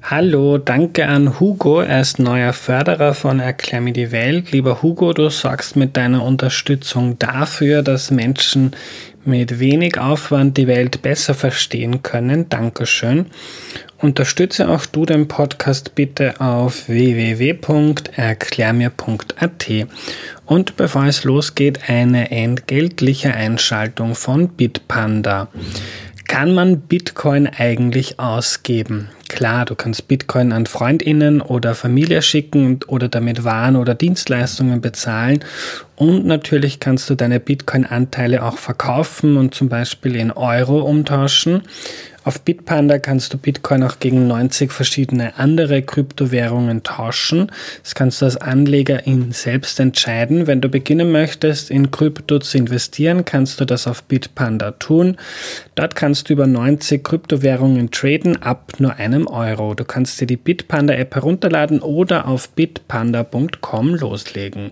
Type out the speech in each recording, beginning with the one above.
Hallo, danke an Hugo, er ist neuer Förderer von Erklär mir die Welt. Lieber Hugo, du sorgst mit deiner Unterstützung dafür, dass Menschen mit wenig Aufwand die Welt besser verstehen können. Dankeschön. Unterstütze auch du den Podcast bitte auf www.erklärmir.at. Und bevor es losgeht, eine entgeltliche Einschaltung von Bitpanda. Kann man Bitcoin eigentlich ausgeben? Klar, du kannst Bitcoin an FreundInnen oder Familie schicken oder damit Waren oder Dienstleistungen bezahlen. Und natürlich kannst du deine Bitcoin-Anteile auch verkaufen und zum Beispiel in Euro umtauschen. Auf Bitpanda kannst du Bitcoin auch gegen 90 verschiedene andere Kryptowährungen tauschen. Das kannst du als Anleger selbst entscheiden. Wenn du beginnen möchtest, in Krypto zu investieren, kannst du das auf Bitpanda tun. Dort kannst du über 90 Kryptowährungen traden ab nur einem Euro. Du kannst dir die Bitpanda-App herunterladen oder auf bitpanda.com loslegen.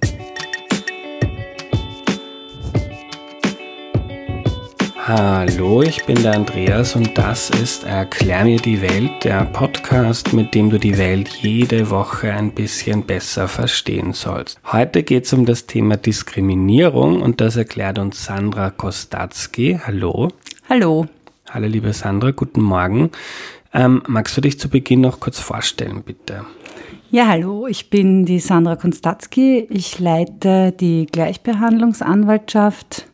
Hallo, ich bin der Andreas und das ist Erklär mir die Welt, der Podcast, mit dem du die Welt jede Woche ein bisschen besser verstehen sollst. Heute geht es um das Thema Diskriminierung und das erklärt uns Sandra Kostatzky. Hallo. Hallo. Hallo liebe Sandra, guten Morgen. Magst du dich zu Beginn noch kurz vorstellen, bitte? Ja, hallo, ich bin die Sandra Kostatzky. Ich leite die Gleichbehandlungsanwaltschaft.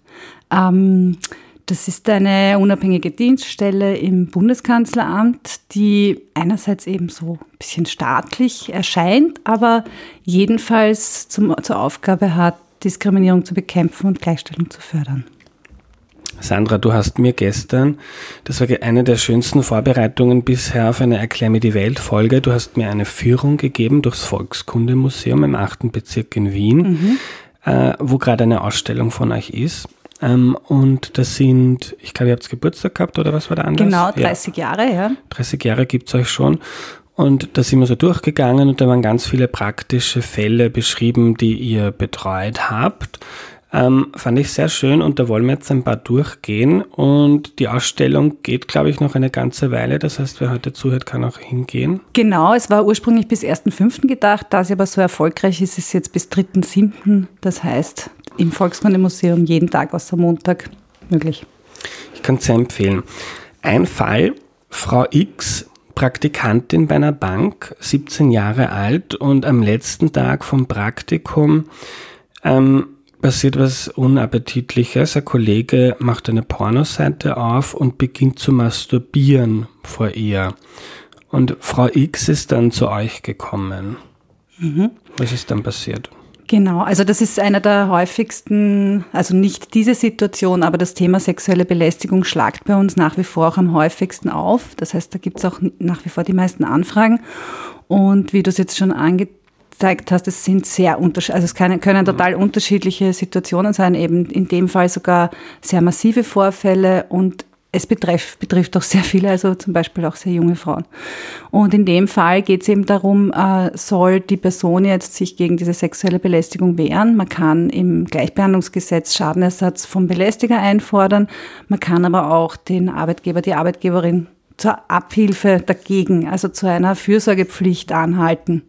Das ist eine unabhängige Dienststelle im Bundeskanzleramt, die einerseits eben so ein bisschen staatlich erscheint, aber jedenfalls zur Aufgabe hat, Diskriminierung zu bekämpfen und Gleichstellung zu fördern. Sandra, du hast mir gestern, das war eine der schönsten Vorbereitungen bisher auf eine Erklär mir die Welt Folge, du hast mir eine Führung gegeben durchs Volkskundemuseum im 8. Bezirk in Wien, wo gerade eine Ausstellung von euch ist. Und das sind, ich glaube, ihr habt Geburtstag gehabt, oder was war der Anlass? Genau, 30 Jahre, ja. 30 Jahre gibt es euch schon. Und da sind wir so durchgegangen und da waren ganz viele praktische Fälle beschrieben, die ihr betreut habt. Fand ich sehr schön und da wollen wir jetzt ein paar durchgehen. Und die Ausstellung geht, glaube ich, noch eine ganze Weile. Das heißt, wer heute zuhört, kann auch hingehen. Genau, es war ursprünglich bis 1.5. gedacht. Da sie aber so erfolgreich ist, ist es jetzt bis 3.7. Das heißt, im Volkskundemuseum jeden Tag außer Montag möglich. Ich kann es sehr empfehlen. Ein Fall, Frau X, Praktikantin bei einer Bank, 17 Jahre alt und am letzten Tag vom Praktikum passiert was Unappetitliches. Ein Kollege macht eine Pornoseite auf und beginnt zu masturbieren vor ihr. Und Frau X ist dann zu euch gekommen. Was ist dann passiert? Genau, also das ist einer der häufigsten, also nicht diese Situation, aber das Thema sexuelle Belästigung schlagt bei uns nach wie vor auch am häufigsten auf. Das heißt, da gibt es auch nach wie vor die meisten Anfragen. Und wie du es jetzt schon angezeigt hast, es sind sehr unterschiedliche, also es können total unterschiedliche Situationen sein, eben in dem Fall sogar sehr massive Vorfälle und es betrifft auch sehr viele, also zum Beispiel auch sehr junge Frauen. Und in dem Fall geht es eben darum, soll die Person jetzt sich gegen diese sexuelle Belästigung wehren. Man kann im Gleichbehandlungsgesetz Schadenersatz vom Belästiger einfordern. Man kann aber auch den Arbeitgeber, die Arbeitgeberin zur Abhilfe dagegen, also zu einer Fürsorgepflicht anhalten.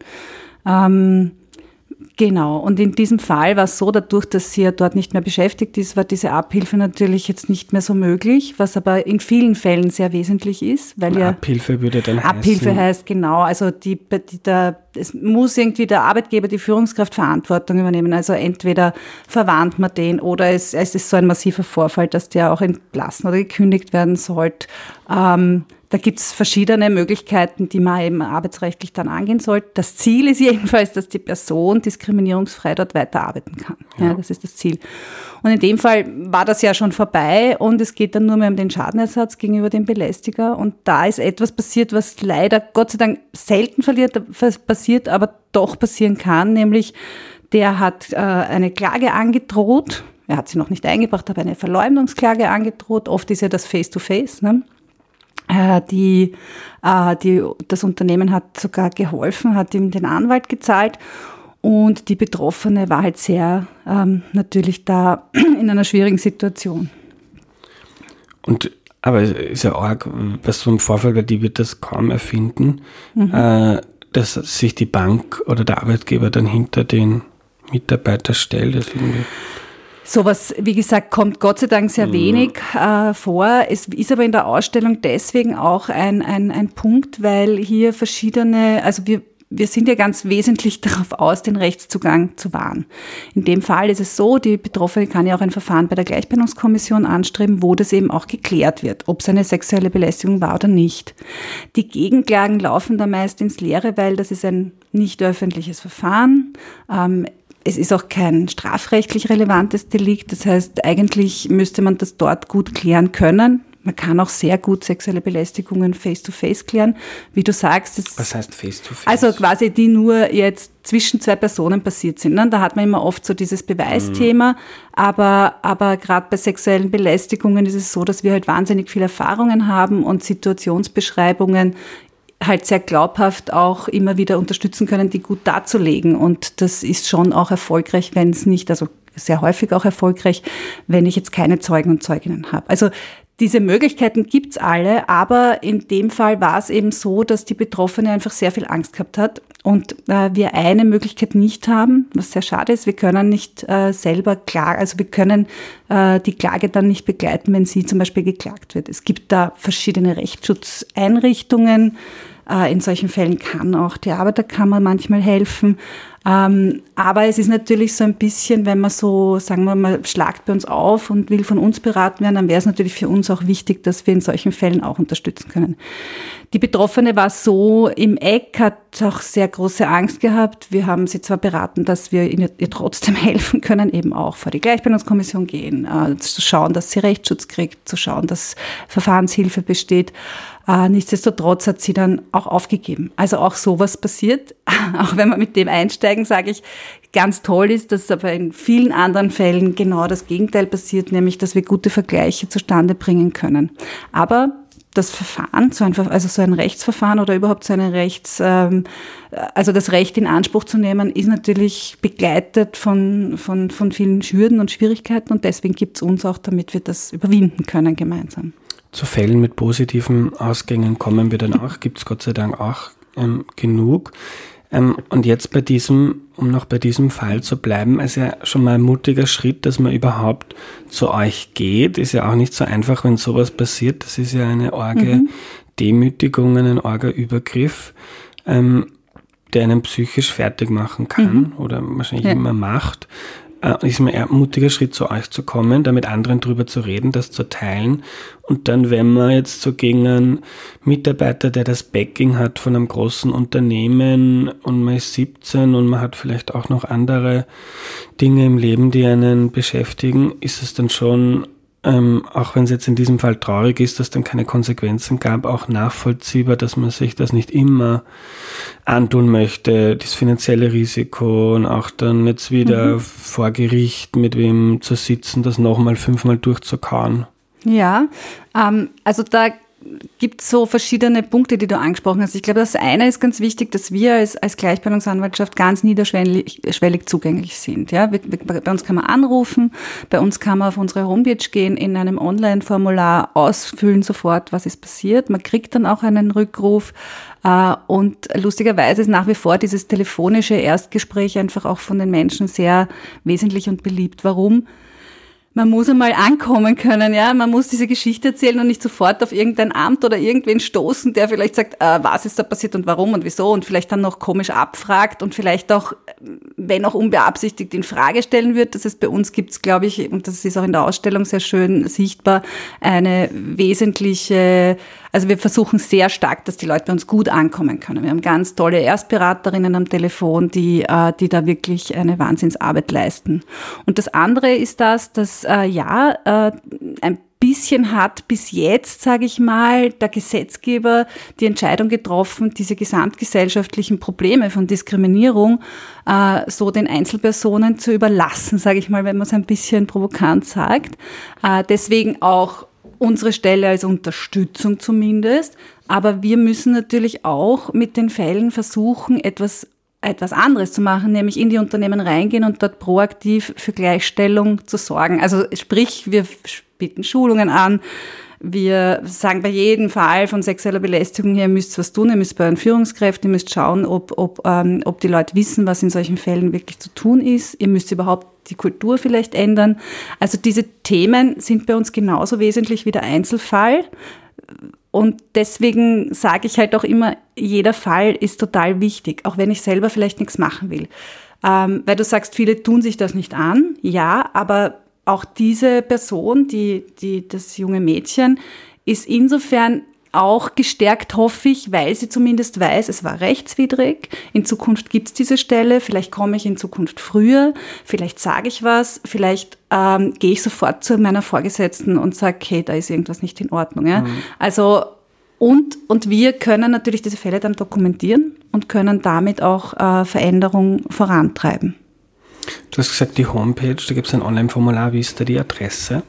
Genau, und in diesem Fall war es so, dadurch, dass sie ja dort nicht mehr beschäftigt ist, war diese Abhilfe natürlich jetzt nicht mehr so möglich, was aber in vielen Fällen sehr wesentlich ist. Weil ja Abhilfe würde dann heißen? Abhilfe heißt, genau, also es muss irgendwie der Arbeitgeber, die Führungskraft Verantwortung übernehmen. Also entweder verwarnt man den oder es ist so ein massiver Vorfall, dass der auch entlassen oder gekündigt werden sollte. Da gibt es verschiedene Möglichkeiten, die man eben arbeitsrechtlich dann angehen sollte. Das Ziel ist jedenfalls, dass die Person diskriminierungsfrei dort weiterarbeiten kann. Ja, das ist das Ziel. Und in dem Fall war das ja schon vorbei und es geht dann nur mehr um den Schadenersatz gegenüber dem Belästiger. Und da ist etwas passiert, was leider Gott sei Dank selten passiert, aber doch passieren kann, nämlich der hat eine Klage angedroht. Er hat sie noch nicht eingebracht, aber eine Verleumdungsklage angedroht. Oft ist ja das Face-to-Face, ne? Das Unternehmen hat sogar geholfen, hat ihm den Anwalt gezahlt und die Betroffene war halt sehr natürlich da in einer schwierigen Situation. Und Aber es ist ja arg, bei so einem Vorfall, weil die wird das kaum erfinden, dass sich die Bank oder der Arbeitgeber dann hinter den Mitarbeiter stellt. Das irgendwie Sowas, wie gesagt, kommt Gott sei Dank sehr wenig vor. Es ist aber in der Ausstellung deswegen auch ein Punkt, weil hier verschiedene, also wir sind ja ganz wesentlich darauf aus, den Rechtszugang zu wahren. In dem Fall ist es so, die Betroffene kann ja auch ein Verfahren bei der Gleichbehandlungskommission anstreben, wo das eben auch geklärt wird, ob es eine sexuelle Belästigung war oder nicht. Die Gegenklagen laufen da meist ins Leere, weil das ist ein nicht öffentliches Verfahren. Es ist auch kein strafrechtlich relevantes Delikt. Das heißt, eigentlich müsste man das dort gut klären können. Man kann auch sehr gut sexuelle Belästigungen face-to-face klären. Wie du sagst, was heißt face-to-face? Also quasi, die nur jetzt zwischen zwei Personen passiert sind. Da hat man immer oft so dieses Beweisthema. Aber gerade bei sexuellen Belästigungen ist es so, dass wir halt wahnsinnig viel Erfahrungen haben und Situationsbeschreibungen halt sehr glaubhaft auch immer wieder unterstützen können, die gut darzulegen. Und das ist schon auch erfolgreich, wenn es nicht, also sehr häufig auch erfolgreich, wenn ich jetzt keine Zeugen und Zeuginnen habe. Also diese Möglichkeiten gibt's alle, aber in dem Fall war es eben so, dass die Betroffene einfach sehr viel Angst gehabt hat und wir eine Möglichkeit nicht haben, was sehr schade ist. Wir können nicht selber klagen, also wir können die Klage dann nicht begleiten, wenn sie zum Beispiel geklagt wird. Es gibt da verschiedene Rechtsschutzeinrichtungen. In solchen Fällen kann auch die Arbeiterkammer manchmal helfen. Aber es ist natürlich so ein bisschen, wenn man so, sagen wir mal, schlagt bei uns auf und will von uns beraten werden, dann wäre es natürlich für uns auch wichtig, dass wir in solchen Fällen auch unterstützen können. Die Betroffene war so im Eck, hat auch sehr große Angst gehabt. Wir haben sie zwar beraten, dass wir ihr trotzdem helfen können, eben auch vor die Gleichbehandlungskommission gehen, zu schauen, dass sie Rechtsschutz kriegt, zu schauen, dass Verfahrenshilfe besteht. Nichtsdestotrotz hat sie dann auch aufgegeben. Also auch sowas passiert. Auch wenn wir mit dem einsteigen, sage ich, ganz toll ist, dass aber in vielen anderen Fällen genau das Gegenteil passiert, nämlich, dass wir gute Vergleiche zustande bringen können. Aber das Verfahren, so ein Rechtsverfahren oder überhaupt so eine also das Recht in Anspruch zu nehmen, ist natürlich begleitet von vielen Hürden und Schwierigkeiten und deswegen gibt es uns auch, damit wir das überwinden können gemeinsam. Zu Fällen mit positiven Ausgängen kommen wir dann auch, gibt es Gott sei Dank auch genug. Und jetzt um noch bei diesem Fall zu bleiben, ist ja schon mal ein mutiger Schritt, dass man überhaupt zu euch geht. Ist ja auch nicht so einfach, wenn sowas passiert. Das ist ja eine arge Demütigung, ein arger Übergriff, der einen psychisch fertig machen kann oder wahrscheinlich immer macht. Ist mir ein mutiger Schritt, zu euch zu kommen, da mit anderen drüber zu reden, das zu teilen. Und dann, wenn man jetzt so gegen einen Mitarbeiter, der das Backing hat von einem großen Unternehmen und man ist 17 und man hat vielleicht auch noch andere Dinge im Leben, die einen beschäftigen, ist es dann schon, auch wenn es jetzt in diesem Fall traurig ist, dass dann keine Konsequenzen gab, auch nachvollziehbar, dass man sich das nicht immer antun möchte, das finanzielle Risiko und auch dann jetzt wieder vor Gericht mit wem zu sitzen, das nochmal 5-mal durchzukauen. Ja, also da gibt es so verschiedene Punkte, die du angesprochen hast. Ich glaube, das eine ist ganz wichtig, dass wir als Gleichbehandlungsanwaltschaft ganz niederschwellig zugänglich sind. Ja? Bei uns kann man anrufen, bei uns kann man auf unsere Homepage gehen, in einem Online-Formular ausfüllen sofort, was ist passiert. Man kriegt dann auch einen Rückruf und lustigerweise ist nach wie vor dieses telefonische Erstgespräch einfach auch von den Menschen sehr wesentlich und beliebt. Warum? Man muss einmal ankommen können, ja. Man muss diese Geschichte erzählen und nicht sofort auf irgendein Amt oder irgendwen stoßen, der vielleicht sagt, was ist da passiert und warum und wieso und vielleicht dann noch komisch abfragt und vielleicht auch, wenn auch unbeabsichtigt, in Frage stellen wird. Das heißt, bei uns gibt's, glaube ich, und das ist auch in der Ausstellung sehr schön sichtbar, eine wesentliche, also wir versuchen sehr stark, dass die Leute bei uns gut ankommen können. Wir haben ganz tolle Erstberaterinnen am Telefon, die da wirklich eine Wahnsinnsarbeit leisten. Und das andere ist dass ein bisschen hat bis jetzt, sage ich mal, der Gesetzgeber die Entscheidung getroffen, diese gesamtgesellschaftlichen Probleme von Diskriminierung so den Einzelpersonen zu überlassen, sage ich mal, wenn man es ein bisschen provokant sagt. Deswegen auch unsere Stelle als Unterstützung zumindest. Aber wir müssen natürlich auch mit den Fällen versuchen, etwas anderes zu machen, nämlich in die Unternehmen reingehen und dort proaktiv für Gleichstellung zu sorgen. Also sprich, wir bieten Schulungen an, Wir sagen bei jedem Fall von sexueller Belästigung her, ihr müsst was tun, ihr müsst bei euren Führungskräften, ihr müsst schauen, ob die Leute wissen, was in solchen Fällen wirklich zu tun ist. Ihr müsst überhaupt die Kultur vielleicht ändern. Also diese Themen sind bei uns genauso wesentlich wie der Einzelfall. Und deswegen sage ich halt auch immer, jeder Fall ist total wichtig, auch wenn ich selber vielleicht nichts machen will. Weil du sagst, viele tun sich das nicht an. Ja, aber auch diese Person, das junge Mädchen, ist insofern auch gestärkt, hoffe ich, weil sie zumindest weiß, es war rechtswidrig. In Zukunft gibt es diese Stelle, vielleicht komme ich in Zukunft früher, vielleicht sage ich was, vielleicht gehe ich sofort zu meiner Vorgesetzten und sage, okay, da ist irgendwas nicht in Ordnung. Ja? Also und wir können natürlich diese Fälle dann dokumentieren und können damit auch Veränderung vorantreiben. Du hast gesagt, die Homepage, da gibt es ein Online-Formular. Wie ist da die Adresse?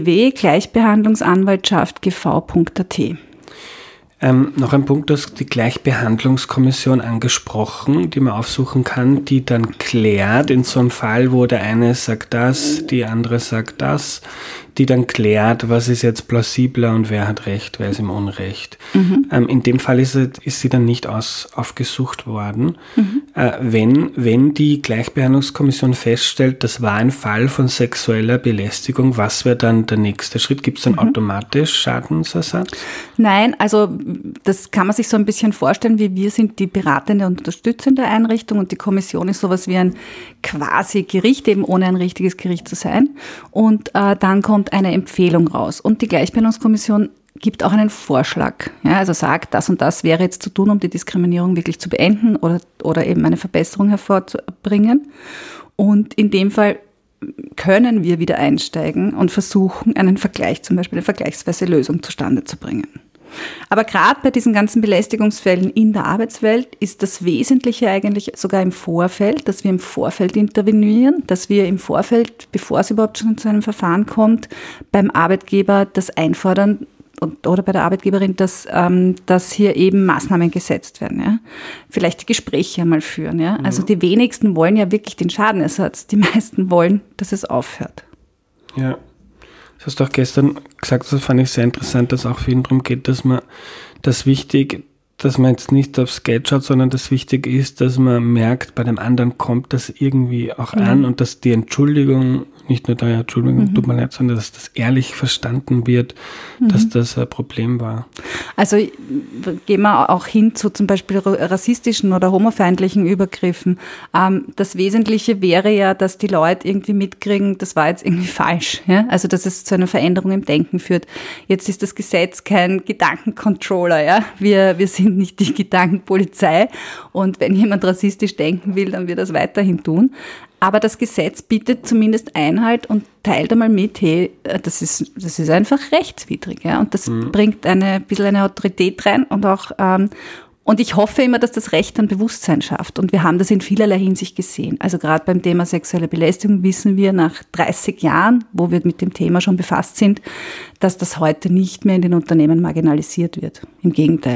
www.gleichbehandlungsanwaltschaft.gv.at. Noch ein Punkt, du hast die Gleichbehandlungskommission angesprochen, die man aufsuchen kann, die dann klärt, in so einem Fall, wo der eine sagt das, die andere sagt das, die dann klärt, was ist jetzt plausibler und wer hat Recht, wer ist im Unrecht. In dem Fall ist sie dann nicht aufgesucht worden. Wenn die Gleichbehandlungskommission feststellt, das war ein Fall von sexueller Belästigung, was wäre dann der nächste Schritt? Gibt es dann automatisch Schadensersatz? Nein, also das kann man sich so ein bisschen vorstellen, wie wir sind die beratende und unterstützende Einrichtung und die Kommission ist sowas wie ein quasi Gericht, eben ohne ein richtiges Gericht zu sein. Und dann kommt eine Empfehlung raus. Und die Gleichbehandlungskommission gibt auch einen Vorschlag. Ja, also sagt, das und das wäre jetzt zu tun, um die Diskriminierung wirklich zu beenden oder eben eine Verbesserung hervorzubringen. Und in dem Fall können wir wieder einsteigen und versuchen, einen Vergleich, zum Beispiel eine vergleichsweise Lösung zustande zu bringen. Aber gerade bei diesen ganzen Belästigungsfällen in der Arbeitswelt ist das Wesentliche eigentlich sogar im Vorfeld, dass wir im Vorfeld intervenieren, dass wir im Vorfeld, bevor es überhaupt schon zu einem Verfahren kommt, beim Arbeitgeber das einfordern oder bei der Arbeitgeberin, dass hier eben Maßnahmen gesetzt werden. Ja? Vielleicht die Gespräche einmal führen. Ja? Also die wenigsten wollen ja wirklich den Schadenersatz. Die meisten wollen, dass es aufhört. Ja. Das hast du auch gestern gesagt, das fand ich sehr interessant, dass es auch für ihn darum geht, dass man jetzt nicht aufs Geld schaut, sondern das Wichtige ist, dass man merkt, bei dem anderen kommt das irgendwie auch an und dass die Entschuldigung, nicht nur Entschuldigung, tut mir leid, sondern dass das ehrlich verstanden wird, dass das ein Problem war. Also gehen wir auch hin zu zum Beispiel rassistischen oder homofeindlichen Übergriffen. Das Wesentliche wäre ja, dass die Leute irgendwie mitkriegen, das war jetzt irgendwie falsch. Ja? Also dass es zu einer Veränderung im Denken führt. Jetzt ist das Gesetz kein Gedankencontroller. Ja? Wir sind nicht die Gedankenpolizei und wenn jemand rassistisch denken will, dann wird er das weiterhin tun. Aber das Gesetz bietet zumindest Einhalt und teilt einmal mit, hey, das ist einfach rechtswidrig. Ja? Und das bringt ein bisschen eine Autorität rein und auch und ich hoffe immer, dass das Recht dann Bewusstsein schafft. Und wir haben das in vielerlei Hinsicht gesehen. Also gerade beim Thema sexuelle Belästigung wissen wir nach 30 Jahren, wo wir mit dem Thema schon befasst sind, dass das heute nicht mehr in den Unternehmen marginalisiert wird. Im Gegenteil.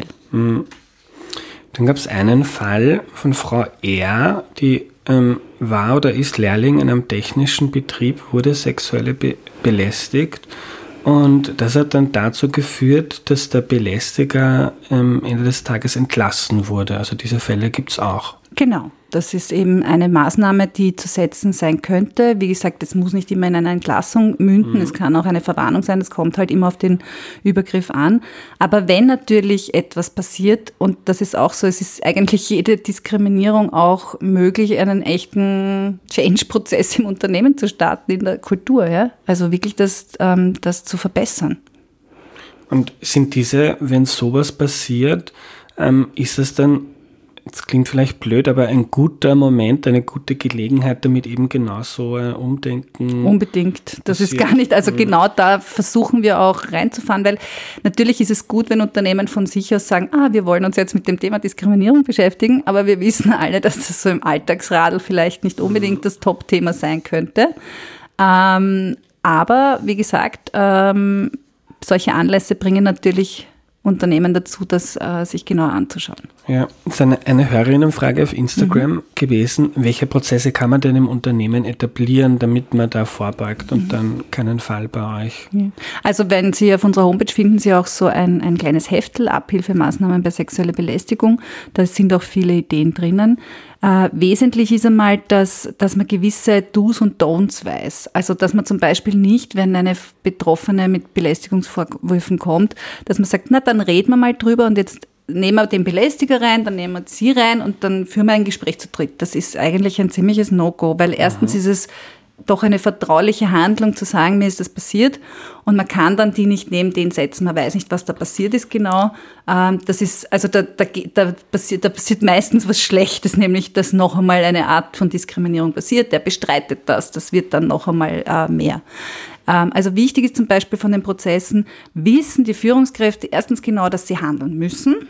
Dann gab es einen Fall von Frau R., die war oder ist Lehrling in einem technischen Betrieb, wurde sexuell belästigt. Und das hat dann dazu geführt, dass der Belästiger am Ende des Tages entlassen wurde. Also diese Fälle gibt es auch. Genau, das ist eben eine Maßnahme, die zu setzen sein könnte. Wie gesagt, es muss nicht immer in einer Entlassung münden, es kann auch eine Verwarnung sein, es kommt halt immer auf den Übergriff an. Aber wenn natürlich etwas passiert, und das ist auch so, es ist eigentlich jede Diskriminierung auch möglich, einen echten Change-Prozess im Unternehmen zu starten, in der Kultur, ja? Also wirklich das zu verbessern. Und sind wenn sowas passiert, ist es dann, das klingt vielleicht blöd, aber ein guter Moment, eine gute Gelegenheit, damit eben genauso ein Umdenken. Unbedingt. Das passiert. Ist gar nicht, also genau da versuchen wir auch reinzufahren, weil natürlich ist es gut, wenn Unternehmen von sich aus sagen, wir wollen uns jetzt mit dem Thema Diskriminierung beschäftigen, aber wir wissen alle, dass das so im Alltagsradl vielleicht nicht unbedingt das Top-Thema sein könnte. Aber wie gesagt, solche Anlässe bringen natürlich Unternehmen dazu, das sich genauer anzuschauen. Ja, es ist eine Hörerinnenfrage auf Instagram gewesen. Welche Prozesse kann man denn im Unternehmen etablieren, damit man da vorbeugt und dann keinen Fall bei euch? Also wenn Sie auf unserer Homepage finden Sie auch so ein kleines Heftel, Abhilfemaßnahmen bei sexueller Belästigung. Da sind auch viele Ideen drinnen. Wesentlich ist einmal, dass man gewisse Do's und Don'ts weiß. Also dass man zum Beispiel nicht, wenn eine Betroffene mit Belästigungsvorwürfen kommt, dass man sagt, na dann reden wir mal drüber und jetzt nehmen wir den Belästiger rein, dann nehmen wir sie rein und dann führen wir ein Gespräch zu dritt. Das ist eigentlich ein ziemliches No-Go, weil erstens ist es doch eine vertrauliche Handlung zu sagen, mir ist das passiert und man kann dann die nicht neben den setzen, man weiß nicht, was da passiert ist genau. Das ist, also da passiert meistens was Schlechtes, nämlich dass noch einmal eine Art von Diskriminierung passiert, der bestreitet das wird dann noch einmal mehr. Also wichtig ist zum Beispiel von den Prozessen, wissen die Führungskräfte erstens genau, dass sie handeln müssen.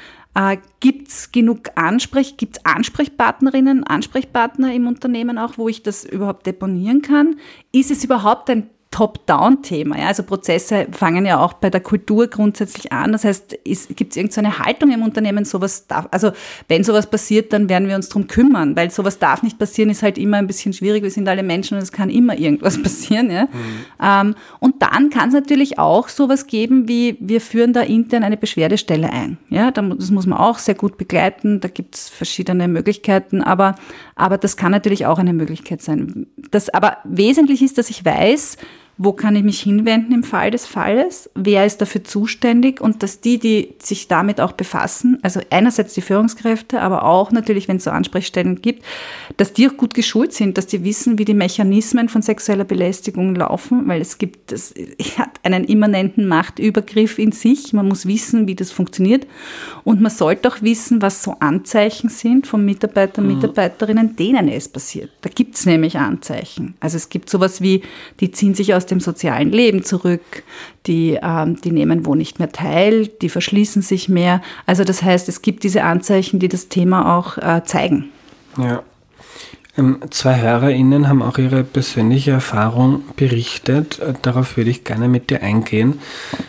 Gibt es genug gibt's Ansprechpartnerinnen, Ansprechpartner im Unternehmen auch, wo ich das überhaupt deponieren kann? Ist es überhaupt ein Top-Down-Thema? Ja? Also Prozesse fangen ja auch bei der Kultur grundsätzlich an. Das heißt, gibt es irgendeine Haltung im Unternehmen, also wenn sowas passiert, dann werden wir uns drum kümmern, weil sowas darf nicht passieren, ist halt immer ein bisschen schwierig. Wir sind alle Menschen und es kann immer irgendwas passieren. Ja? Und dann kann es natürlich auch sowas geben, wie wir führen da intern eine Beschwerdestelle ein. Ja? Das muss man auch sehr gut begleiten. Da gibt es verschiedene Möglichkeiten, aber das kann natürlich auch eine Möglichkeit sein. Aber wesentlich ist, dass ich weiß, wo kann ich mich hinwenden im Fall des Falles? Wer ist dafür zuständig? Und dass die sich damit auch befassen, also einerseits die Führungskräfte, aber auch natürlich, wenn es so Ansprechstellen gibt, dass die auch gut geschult sind, dass die wissen, wie die Mechanismen von sexueller Belästigung laufen, weil es hat einen immanenten Machtübergriff in sich. Man muss wissen, wie das funktioniert. Und man sollte auch wissen, was so Anzeichen sind von Mitarbeitern und Mitarbeiterinnen, denen es passiert. Da gibt es nämlich Anzeichen. Also es gibt sowas wie, die ziehen sich aus dem sozialen Leben zurück, die nehmen wo nicht mehr teil, die verschließen sich mehr. Also das heißt, es gibt diese Anzeichen, die das Thema auch zeigen. Ja. 2 HörerInnen haben auch ihre persönliche Erfahrung berichtet. Darauf würde ich gerne mit dir eingehen.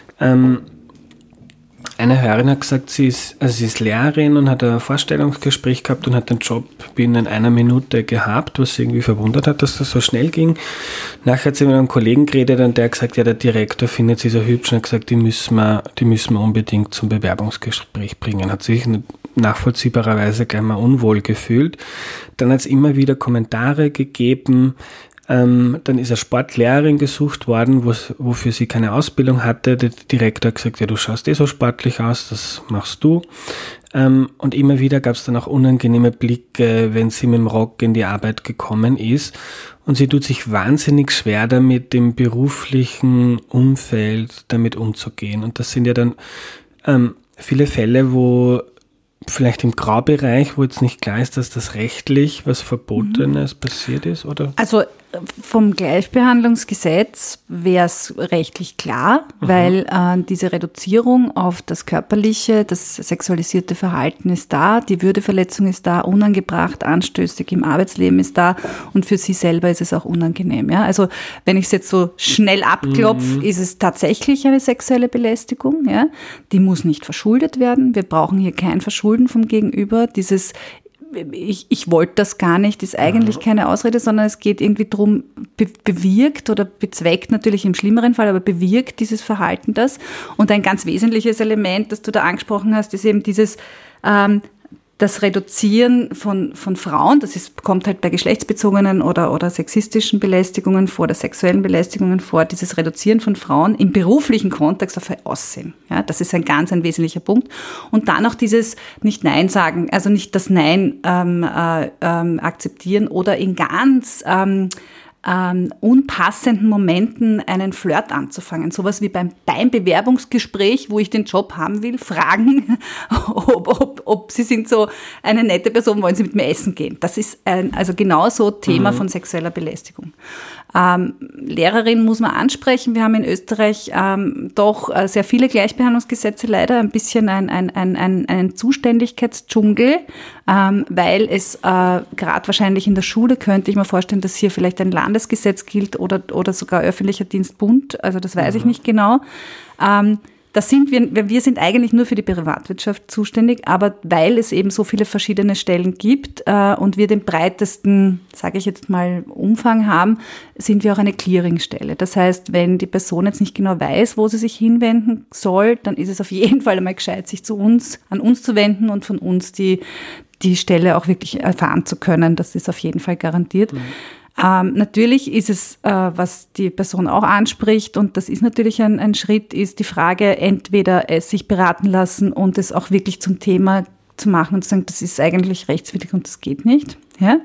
Eine Hörerin hat gesagt, sie ist Lehrerin und hat ein Vorstellungsgespräch gehabt und hat den Job binnen einer Minute gehabt, was sie irgendwie verwundert hat, dass das so schnell ging. Nachher hat sie mit einem Kollegen geredet und der hat gesagt, ja, der Direktor findet sie so hübsch und hat gesagt, die müssen wir unbedingt zum Bewerbungsgespräch bringen. Hat sich nachvollziehbarerweise gleich mal unwohl gefühlt. Dann hat es immer wieder Kommentare gegeben. Dann ist eine Sportlehrerin gesucht worden, wofür sie keine Ausbildung hatte. Der Direktor hat gesagt, ja, du schaust so sportlich aus, das machst du. Und immer wieder gab es dann auch unangenehme Blicke, wenn sie mit dem Rock in die Arbeit gekommen ist. Und sie tut sich wahnsinnig schwer damit, im beruflichen Umfeld damit umzugehen. Und das sind ja dann viele Fälle, wo vielleicht im Graubereich, wo jetzt nicht klar ist, dass das rechtlich was Verbotenes passiert ist, oder? Also vom Gleichbehandlungsgesetz wäre es rechtlich klar, weil diese Reduzierung auf das körperliche, das sexualisierte Verhalten ist da, die Würdeverletzung ist da, unangebracht, anstößig im Arbeitsleben ist da und für sie selber ist es auch unangenehm. Ja? Also wenn ich es jetzt so schnell abklopfe, ist es tatsächlich eine sexuelle Belästigung. Ja? Die muss nicht verschuldet werden. Wir brauchen hier kein Verschulden vom Gegenüber. Dieses ich wollte das gar nicht, ist eigentlich keine Ausrede, sondern es geht irgendwie darum, bewirkt oder bezweckt natürlich im schlimmeren Fall, aber bewirkt dieses Verhalten das. Und ein ganz wesentliches Element, das du da angesprochen hast, ist eben dieses das Reduzieren von Frauen, kommt halt bei geschlechtsbezogenen oder sexistischen Belästigungen vor, oder sexuellen Belästigungen vor, dieses Reduzieren von Frauen im beruflichen Kontext auf ihr Aussehen. Ja, das ist ein wesentlicher Punkt. Und dann auch dieses nicht Nein sagen, also nicht das Nein akzeptieren oder in ganz unpassenden Momenten einen Flirt anzufangen. Sowas wie beim Bewerbungsgespräch, wo ich den Job haben will, fragen, ob Sie sind so eine nette Person, wollen Sie mit mir essen gehen. Das ist also genauso Thema von sexueller Belästigung. Lehrerin muss man ansprechen. Wir haben in Österreich doch sehr viele Gleichbehandlungsgesetze, leider ein bisschen einen Zuständigkeitsdschungel, weil es gerade wahrscheinlich in der Schule könnte ich mir vorstellen, dass hier vielleicht ein Landesgesetz gilt oder sogar öffentlicher Dienst Bund, also das weiß ich nicht genau. wir sind eigentlich nur für die Privatwirtschaft zuständig, aber weil es eben so viele verschiedene Stellen gibt und wir den breitesten, sage ich jetzt mal, Umfang haben, sind wir auch eine Clearingstelle. Das heißt, wenn die Person jetzt nicht genau weiß, wo sie sich hinwenden soll, dann ist es auf jeden Fall einmal gescheit, sich an uns zu wenden und von uns die Stelle auch wirklich erfahren zu können. Das ist auf jeden Fall garantiert. Natürlich ist es, was die Person auch anspricht, und das ist natürlich ein Schritt, ist die Frage, entweder es sich beraten lassen und es auch wirklich zum Thema zu machen und zu sagen, das ist eigentlich rechtswidrig und das geht nicht. Ja?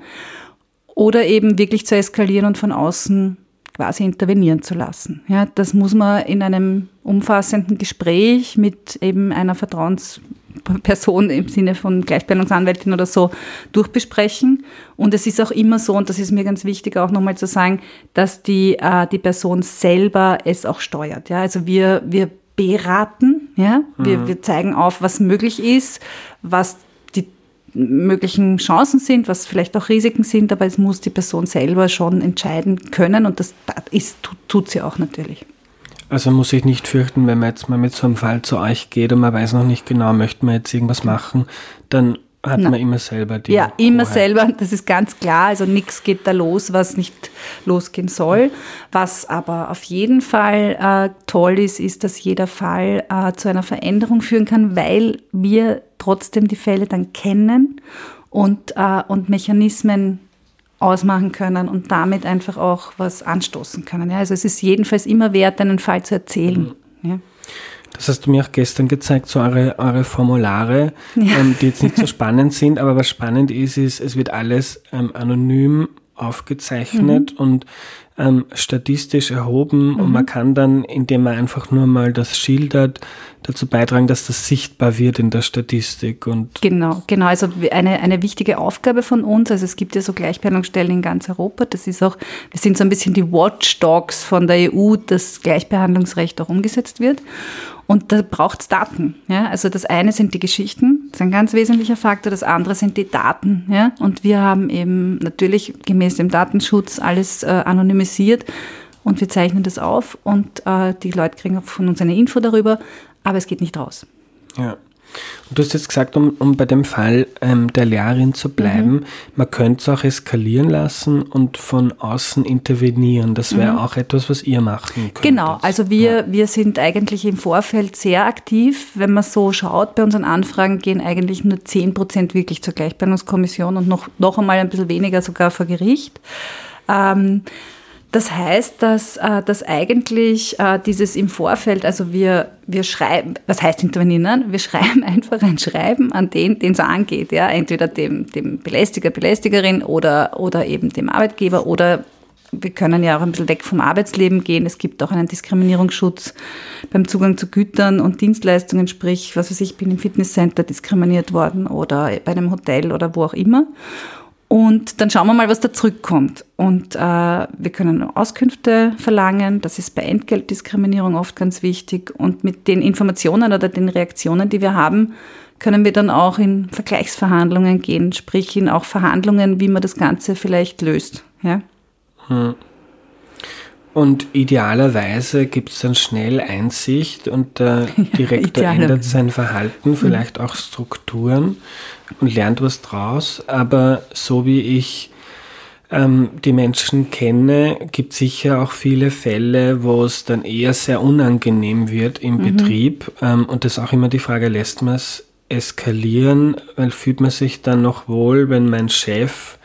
Oder eben wirklich zu eskalieren und von außen quasi intervenieren zu lassen. Ja? Das muss man in einem umfassenden Gespräch mit eben einer Vertrauensperson im Sinne von Gleichbehandlungsanwältin oder so durchbesprechen. Und es ist auch immer so, und das ist mir ganz wichtig auch nochmal zu sagen, dass die Person selber es auch steuert. Ja? Also wir beraten, ja? Wir zeigen auf, was möglich ist, was die möglichen Chancen sind, was vielleicht auch Risiken sind, aber es muss die Person selber schon entscheiden können, und das tut sie auch natürlich. Also muss ich nicht fürchten, wenn man jetzt mal mit so einem Fall zu euch geht und man weiß noch nicht genau, möchte man jetzt irgendwas machen, dann hat man immer selber die Ja, immer Hoheit. selber, das ist ganz klar. Also nichts geht da los, was nicht losgehen soll. Was aber auf jeden Fall toll ist, dass jeder Fall zu einer Veränderung führen kann, weil wir trotzdem die Fälle dann kennen und Mechanismen ausmachen können und damit einfach auch was anstoßen können. Ja, also es ist jedenfalls immer wert, einen Fall zu erzählen. Ja. Das hast du mir auch gestern gezeigt, so eure Formulare, die jetzt nicht so spannend sind, aber was spannend ist, es wird alles anonym aufgezeichnet und statistisch erhoben und man kann dann, indem man einfach nur mal das schildert, dazu beitragen, dass das sichtbar wird in der Statistik. Und Genau. Also eine wichtige Aufgabe von uns, also es gibt ja so Gleichbehandlungsstellen in ganz Europa, das ist auch, wir sind so ein bisschen die Watchdogs von der EU, dass Gleichbehandlungsrecht auch umgesetzt wird. Und da braucht es Daten. Ja? Also das eine sind die Geschichten, das ist ein ganz wesentlicher Faktor, das andere sind die Daten. Ja? Und wir haben eben natürlich gemäß dem Datenschutz alles anonymisiert und wir zeichnen das auf und die Leute kriegen auch von uns eine Info darüber, aber es geht nicht raus. Ja. Und du hast jetzt gesagt, um bei dem Fall der Lehrerin zu bleiben, man könnte es auch eskalieren lassen und von außen intervenieren. Das wäre auch etwas, was ihr machen könnt. Genau, also wir sind eigentlich im Vorfeld sehr aktiv. Wenn man so schaut, bei unseren Anfragen gehen eigentlich nur 10% wirklich zur Gleichbehandlungskommission und noch einmal ein bisschen weniger sogar vor Gericht. Das heißt, dass eigentlich dieses im Vorfeld, also wir schreiben, was heißt intervenieren? Wir schreiben einfach ein Schreiben an den es angeht, ja, entweder dem Belästiger, Belästigerin oder eben dem Arbeitgeber, oder wir können ja auch ein bisschen weg vom Arbeitsleben gehen. Es gibt auch einen Diskriminierungsschutz beim Zugang zu Gütern und Dienstleistungen, sprich, was weiß ich, bin im Fitnesscenter diskriminiert worden oder bei einem Hotel oder wo auch immer. Und dann schauen wir mal, was da zurückkommt. Und wir können Auskünfte verlangen. Das ist bei Entgeltdiskriminierung oft ganz wichtig. Und mit den Informationen oder den Reaktionen, die wir haben, können wir dann auch in Vergleichsverhandlungen gehen, sprich in auch Verhandlungen, wie man das Ganze vielleicht löst. Ja? Und idealerweise gibt es dann schnell Einsicht und der Direktor ändert sein Verhalten, vielleicht auch Strukturen und lernt was draus. Aber so wie ich die Menschen kenne, gibt es sicher auch viele Fälle, wo es dann eher sehr unangenehm wird im Betrieb. Und das ist auch immer die Frage, lässt man es eskalieren? Weil fühlt man sich dann noch wohl, wenn mein Chef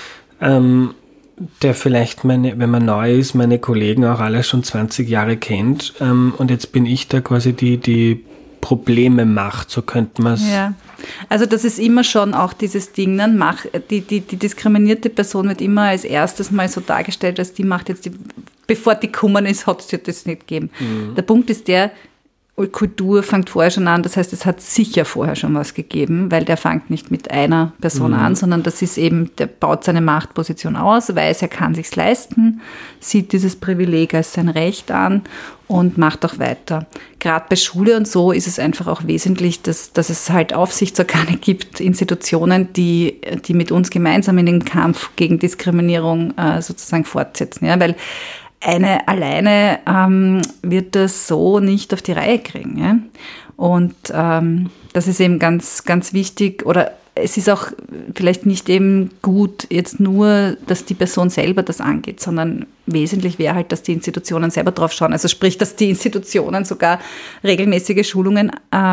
der vielleicht wenn man neu ist, meine Kollegen auch alle schon 20 Jahre kennt und jetzt bin ich da quasi die Probleme macht, so könnte man es. Ja, also das ist immer schon auch dieses Ding, ne? Die diskriminierte Person wird immer als erstes mal so dargestellt, als die macht jetzt, bevor die gekommen ist, hat es ja das nicht gegeben. Der Punkt ist der, Kultur fängt vorher schon an, das heißt, es hat sicher vorher schon was gegeben, weil der fängt nicht mit einer Person an, sondern das ist eben, der baut seine Machtposition aus, weiß, er kann sich's leisten, sieht dieses Privileg als sein Recht an und macht auch weiter. Gerade bei Schule und so ist es einfach auch wesentlich, dass es halt Aufsichtsorgane gibt, Institutionen, die mit uns gemeinsam in den Kampf gegen Diskriminierung sozusagen fortsetzen. Ja? Weil eine alleine wird das so nicht auf die Reihe kriegen. Ja? Und das ist eben ganz, ganz wichtig. Oder es ist auch vielleicht nicht eben gut jetzt nur, dass die Person selber das angeht, sondern wesentlich wäre halt, dass die Institutionen selber drauf schauen. Also sprich, dass die Institutionen sogar regelmäßige Schulungen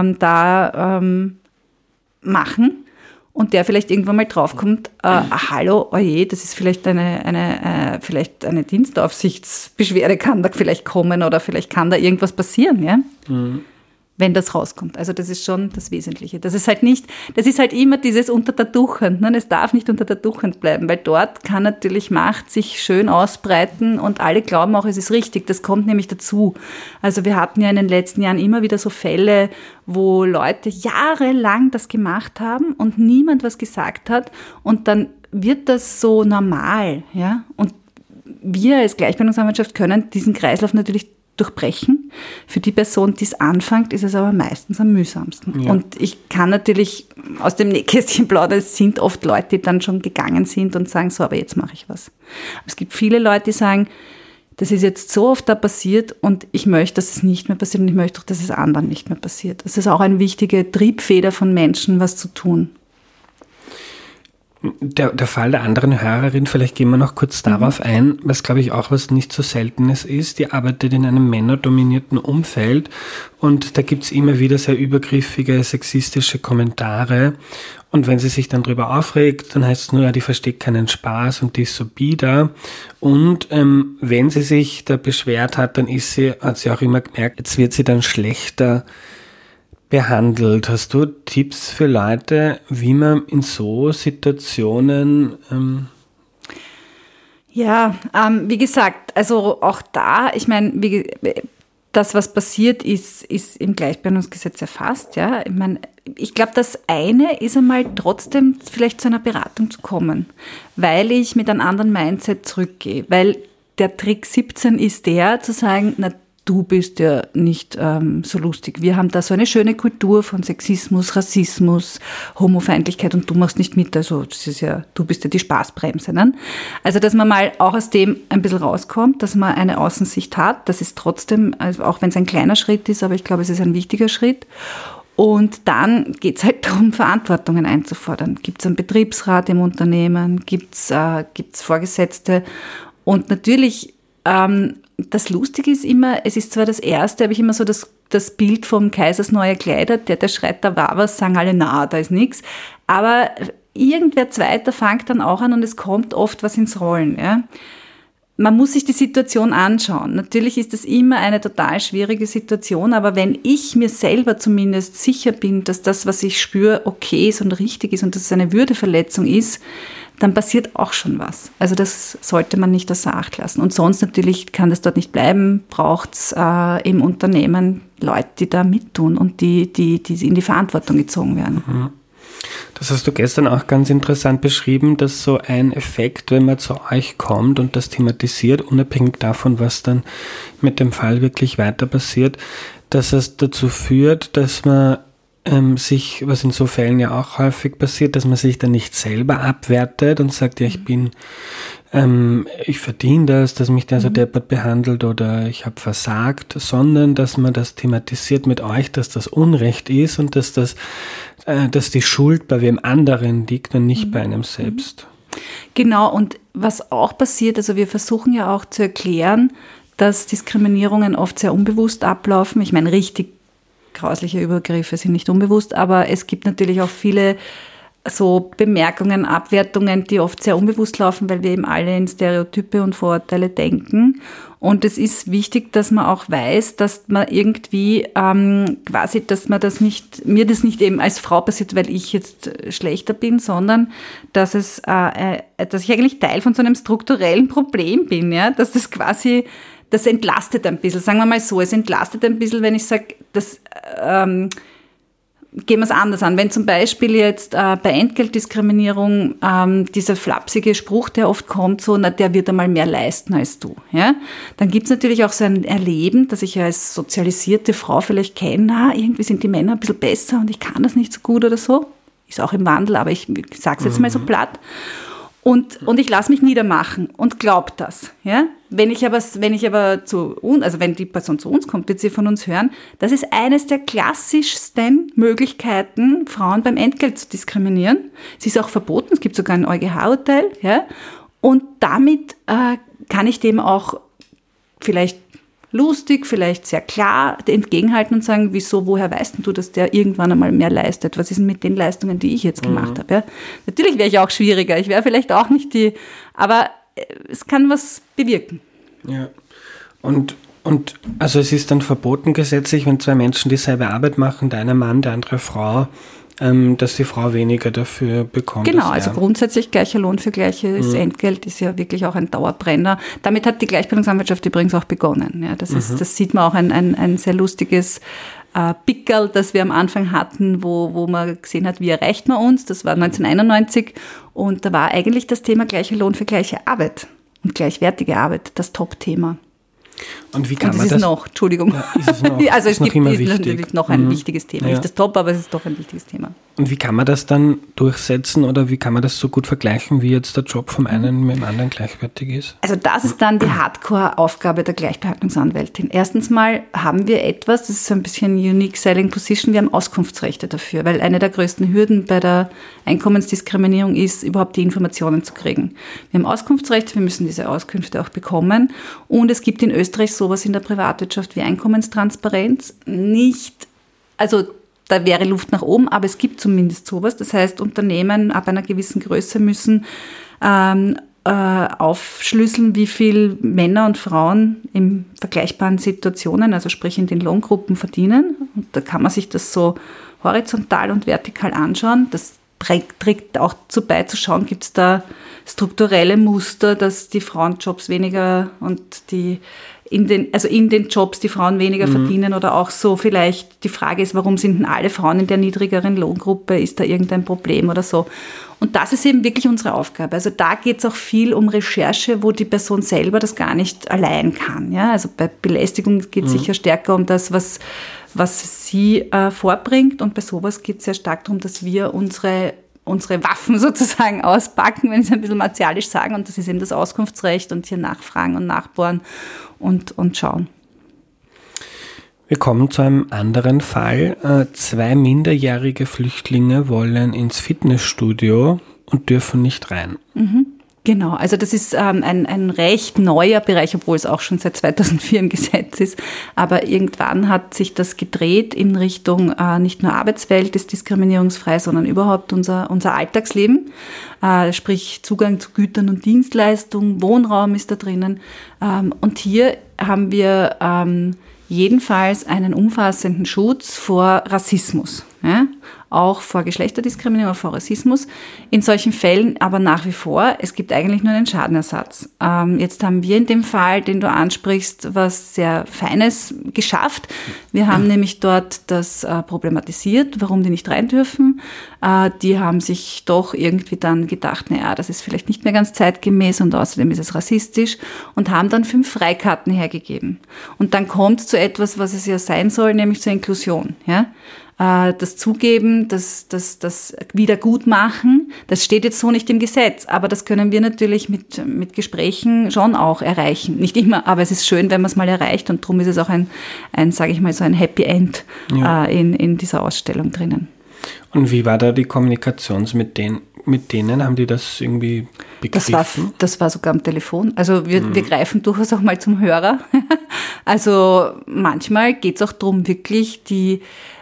machen. Und der vielleicht irgendwann mal draufkommt, hallo, oje, das ist vielleicht vielleicht eine Dienstaufsichtsbeschwerde kann da vielleicht kommen oder vielleicht kann da irgendwas passieren, ja? Wenn das rauskommt. Also das ist schon das Wesentliche. Das ist halt immer dieses unter der Duchhand. Ne? Es darf nicht unter der Duchhand bleiben, weil dort kann natürlich Macht sich schön ausbreiten und alle glauben auch, es ist richtig. Das kommt nämlich dazu. Also wir hatten ja in den letzten Jahren immer wieder so Fälle, wo Leute jahrelang das gemacht haben und niemand was gesagt hat und dann wird das so normal. Ja? Und wir als Gleichbehandlungsanwaltschaft können diesen Kreislauf natürlich durchbrechen. Für die Person, die es anfängt, ist es aber meistens am mühsamsten. Ja. Und ich kann natürlich aus dem Nähkästchen plaudern, es sind oft Leute, die dann schon gegangen sind und sagen, so, aber jetzt mache ich was. Aber es gibt viele Leute, die sagen, das ist jetzt so oft da passiert und ich möchte, dass es nicht mehr passiert und ich möchte auch, dass es anderen nicht mehr passiert. Das ist auch eine wichtige Triebfeder von Menschen, was zu tun. Der Fall der anderen Hörerin, vielleicht gehen wir noch kurz darauf ein, was glaube ich auch was nicht so Seltenes ist. Die arbeitet in einem männerdominierten Umfeld und da gibt es immer wieder sehr übergriffige, sexistische Kommentare. Und wenn sie sich dann drüber aufregt, dann heißt es nur, ja, die versteht keinen Spaß und die ist so bieder. Und wenn sie sich da beschwert hat, dann hat sie auch immer gemerkt, jetzt wird sie dann schlechter behandelt. Hast du Tipps für Leute, wie man in so Situationen wie gesagt, also auch da, ich meine, das, was passiert ist im Gleichbehandlungsgesetz erfasst. Ja? Ich glaube, das eine ist einmal trotzdem vielleicht zu einer Beratung zu kommen, weil ich mit einem anderen Mindset zurückgehe. Weil der Trick 17 ist der, zu sagen, na, du bist ja nicht so lustig. Wir haben da so eine schöne Kultur von Sexismus, Rassismus, Homofeindlichkeit und du machst nicht mit. Also das ist ja, du bist ja die Spaßbremse. Ne? Also dass man mal auch aus dem ein bisschen rauskommt, dass man eine Außensicht hat. Das ist trotzdem, also auch wenn es ein kleiner Schritt ist, aber ich glaube, es ist ein wichtiger Schritt. Und dann geht es halt darum, Verantwortungen einzufordern. Gibt es einen Betriebsrat im Unternehmen? Gibt's Vorgesetzte? Und natürlich das Lustige ist immer, es ist zwar das Erste, habe ich immer so das Bild vom Kaisers neue Kleider, der schreit, da war was, sagen alle, na, da ist nichts. Aber irgendwer Zweiter fängt dann auch an und es kommt oft was ins Rollen. Ja. Man muss sich die Situation anschauen. Natürlich ist das immer eine total schwierige Situation, aber wenn ich mir selber zumindest sicher bin, dass das, was ich spüre, okay ist und richtig ist und dass es eine Würdeverletzung ist, dann passiert auch schon was. Also das sollte man nicht außer Acht lassen. Und sonst natürlich kann das dort nicht bleiben, braucht es im Unternehmen Leute, die da mittun und die in die Verantwortung gezogen werden. Das hast du gestern auch ganz interessant beschrieben, dass so ein Effekt, wenn man zu euch kommt und das thematisiert, unabhängig davon, was dann mit dem Fall wirklich weiter passiert, dass es dazu führt, dass man sich, was in so Fällen ja auch häufig passiert, dass man sich dann nicht selber abwertet und sagt, ja, ich verdiene das, dass mich der so deppert behandelt oder ich habe versagt, sondern dass man das thematisiert mit euch, dass das Unrecht ist und dass die Schuld bei wem anderen liegt und nicht bei einem selbst. Genau, und was auch passiert, also wir versuchen ja auch zu erklären, dass Diskriminierungen oft sehr unbewusst ablaufen. Ich meine, richtig grausliche Übergriffe sind nicht unbewusst, aber es gibt natürlich auch viele so Bemerkungen, Abwertungen, die oft sehr unbewusst laufen, weil wir eben alle in Stereotype und Vorurteile denken. Und es ist wichtig, dass man auch weiß, dass man irgendwie dass mir das nicht eben als Frau passiert, weil ich jetzt schlechter bin, sondern dass ich eigentlich Teil von so einem strukturellen Problem bin, ja, dass das quasi das entlastet ein bisschen, sagen wir mal so, es entlastet ein bisschen, wenn ich sage, gehen wir es anders an. Wenn zum Beispiel jetzt bei Entgeltdiskriminierung dieser flapsige Spruch, der oft kommt, so, na, der wird einmal mehr leisten als du. Ja? Dann gibt es natürlich auch so ein Erleben, dass ich als sozialisierte Frau vielleicht kenne, na, irgendwie sind die Männer ein bisschen besser und ich kann das nicht so gut oder so. Ist auch im Wandel, aber ich sage es jetzt mal so platt. Und ich lasse mich niedermachen und glaube das. Ja? Wenn die Person zu uns kommt, wird sie von uns hören, das ist eines der klassischsten Möglichkeiten, Frauen beim Entgelt zu diskriminieren. Es ist auch verboten, es gibt sogar ein EuGH-Urteil. Ja? Und damit kann ich dem auch vielleicht lustig, vielleicht sehr klar entgegenhalten und sagen, wieso, woher weißt du, dass der irgendwann einmal mehr leistet? Was ist denn mit den Leistungen, die ich jetzt gemacht habe? Ja? Natürlich wäre ich auch schwieriger, ich wäre vielleicht auch nicht aber es kann was bewirken. Ja, und also es ist dann verboten gesetzlich, wenn zwei Menschen dieselbe Arbeit machen, der eine Mann, der andere Frau, dass die Frau weniger dafür bekommt. Genau, also grundsätzlich gleicher Lohn für gleiches Entgelt ist ja wirklich auch ein Dauerbrenner. Damit hat die Gleichbildungsanwaltschaft übrigens auch begonnen. Ja, das sieht man auch ein sehr lustiges Pickerl, das wir am Anfang hatten, wo man gesehen hat, wie erreicht man uns. Das war 1991 und da war eigentlich das Thema gleicher Lohn für gleiche Arbeit und gleichwertige Arbeit das Top-Thema. Und wie kann man das? Ist noch, Entschuldigung. Ja, ist es noch, also es gibt natürlich noch ein wichtiges Thema. Nicht das Top, aber es ist doch ein wichtiges Thema. Und wie kann man das dann durchsetzen oder wie kann man das so gut vergleichen, wie jetzt der Job vom einen mit dem anderen gleichwertig ist? Also das ist dann die Hardcore-Aufgabe der Gleichbehandlungsanwältin. Erstens mal haben wir etwas, das ist so ein bisschen unique selling position, wir haben Auskunftsrechte dafür, weil eine der größten Hürden bei der Einkommensdiskriminierung ist, überhaupt die Informationen zu kriegen. Wir haben Auskunftsrechte, wir müssen diese Auskünfte auch bekommen und es gibt in Österreich sowas in der Privatwirtschaft wie Einkommenstransparenz. Also da wäre Luft nach oben, aber es gibt zumindest sowas. Das heißt, Unternehmen ab einer gewissen Größe müssen aufschlüsseln, wie viel Männer und Frauen in vergleichbaren Situationen, also sprich in den Lohngruppen, verdienen. Und da kann man sich das so horizontal und vertikal anschauen. Das trägt auch dazu bei, zu schauen, gibt es da strukturelle Muster, dass die Frauenjobs weniger und in den Jobs die Frauen weniger verdienen oder auch so vielleicht die Frage ist, warum sind denn alle Frauen in der niedrigeren Lohngruppe, ist da irgendein Problem oder so. Und das ist eben wirklich unsere Aufgabe. Also da geht es auch viel um Recherche, wo die Person selber das gar nicht allein kann. Ja? Also bei Belästigung geht es sicher stärker um das, was sie vorbringt und bei sowas geht es sehr stark darum, dass wir unsere Waffen sozusagen auspacken, wenn ich es ein bisschen martialisch sagen. Und das ist eben das Auskunftsrecht und hier nachfragen und nachbohren und schauen. Wir kommen zu einem anderen Fall. 2 minderjährige Flüchtlinge wollen ins Fitnessstudio und dürfen nicht rein. Genau, also das ist ein recht neuer Bereich, obwohl es auch schon seit 2004 im Gesetz ist. Aber irgendwann hat sich das gedreht in Richtung nicht nur Arbeitswelt ist diskriminierungsfrei, sondern überhaupt unser Alltagsleben. Sprich Zugang zu Gütern und Dienstleistungen, Wohnraum ist da drinnen. Und hier haben wir jedenfalls einen umfassenden Schutz vor Rassismus. Ja? Auch vor Geschlechterdiskriminierung, auch vor Rassismus. In solchen Fällen aber nach wie vor, es gibt eigentlich nur einen Schadenersatz. Jetzt haben wir in dem Fall, den du ansprichst, was sehr Feines geschafft. Wir haben nämlich dort das problematisiert, warum die nicht rein dürfen. Die haben sich doch irgendwie dann gedacht, naja, das ist vielleicht nicht mehr ganz zeitgemäß und außerdem ist es rassistisch und haben dann 5 Freikarten hergegeben. Und dann kommt es zu etwas, was es ja sein soll, nämlich zur Inklusion. Ja? Das Zugeben, das Wiedergutmachen, das steht jetzt so nicht im Gesetz, aber das können wir natürlich mit Gesprächen schon auch erreichen. Nicht immer, aber es ist schön, wenn man es mal erreicht und darum ist es auch ein sage ich mal, so ein Happy End in dieser Ausstellung drinnen. Und wie war da die Kommunikation mit denen? Haben die das irgendwie begriffen? Das war sogar am Telefon. Also wir greifen durchaus auch mal zum Hörer. Also manchmal geht es auch darum, wirklich die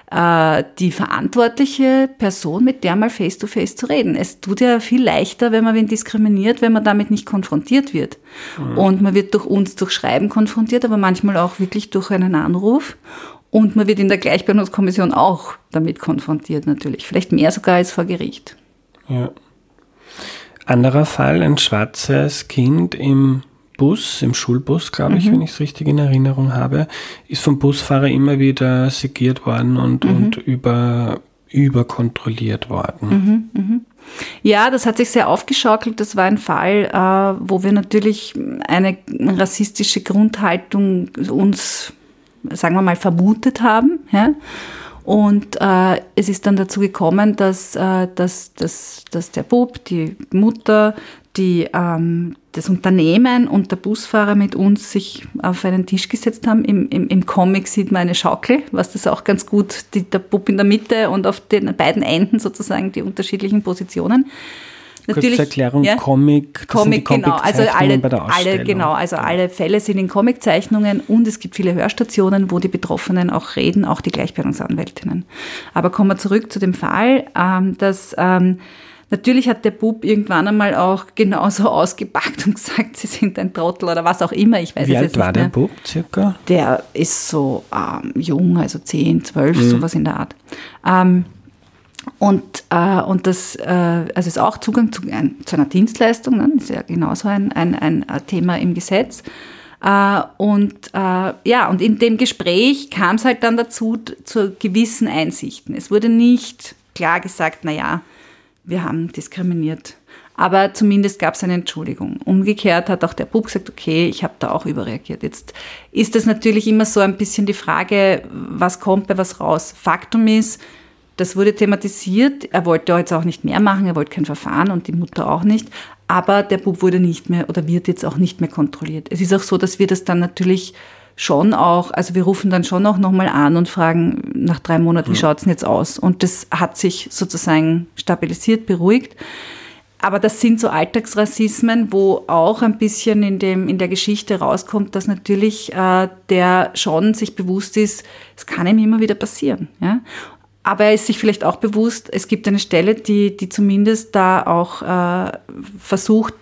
verantwortliche Person, mit der mal face-to-face zu reden. Es tut ja viel leichter, wenn man wen diskriminiert, wenn man damit nicht konfrontiert wird. Und man wird durch Schreiben konfrontiert, aber manchmal auch wirklich durch einen Anruf. Und man wird in der Gleichbehandlungskommission auch damit konfrontiert natürlich. Vielleicht mehr sogar als vor Gericht. Ja. Anderer Fall, ein schwarzes Kind im Schulbus, glaube ich, wenn ich es richtig in Erinnerung habe, ist vom Busfahrer immer wieder segiert worden und überkontrolliert worden. Ja, das hat sich sehr aufgeschaukelt. Das war ein Fall, wo wir natürlich eine rassistische Grundhaltung uns, sagen wir mal, vermutet haben. Ja? Und es ist dann dazu gekommen, dass der Bub, die Mutter, das Unternehmen und der Busfahrer mit uns sich auf einen Tisch gesetzt haben. Im Comic sieht man eine Schaukel, was das auch ganz gut, der Bub in der Mitte und auf den beiden Enden sozusagen die unterschiedlichen Positionen. Natürlich, kurze Erklärung, ja, Comic, genau, also alle Fälle sind in Comiczeichnungen und es gibt viele Hörstationen, wo die Betroffenen auch reden, auch die Gleichbehandlungsanwältinnen. Aber kommen wir zurück zu dem Fall, dass natürlich hat der Bub irgendwann einmal auch genauso ausgepackt und gesagt, sie sind ein Trottel oder was auch immer. Ich weiß Wie es alt jetzt nicht war der Bub circa? Der ist so jung, also 10, 12, sowas in der Art. Und das ist auch Zugang zu einer Dienstleistung, ne? Ist ja genauso ein Thema im Gesetz. Und in dem Gespräch kam es halt dann dazu, zu gewissen Einsichten. Es wurde nicht klar gesagt, wir haben diskriminiert. Aber zumindest gab es eine Entschuldigung. Umgekehrt hat auch der Bub gesagt, okay, ich habe da auch überreagiert. Jetzt ist das natürlich immer so ein bisschen die Frage, was kommt bei was raus. Faktum ist, das wurde thematisiert. Er wollte jetzt auch nicht mehr machen, er wollte kein Verfahren und die Mutter auch nicht. Aber der Bub wurde nicht mehr oder wird jetzt auch nicht mehr kontrolliert. Es ist auch so, dass wir das dann natürlich schon auch, also wir rufen dann schon auch nochmal an und fragen nach 3 Monaten, wie schaut es denn jetzt aus? Und das hat sich sozusagen stabilisiert, beruhigt. Aber das sind so Alltagsrassismen, wo auch ein bisschen in der Geschichte rauskommt, dass natürlich der schon sich bewusst ist, es kann ihm immer wieder passieren. Ja? Aber er ist sich vielleicht auch bewusst, es gibt eine Stelle, die zumindest da auch versucht,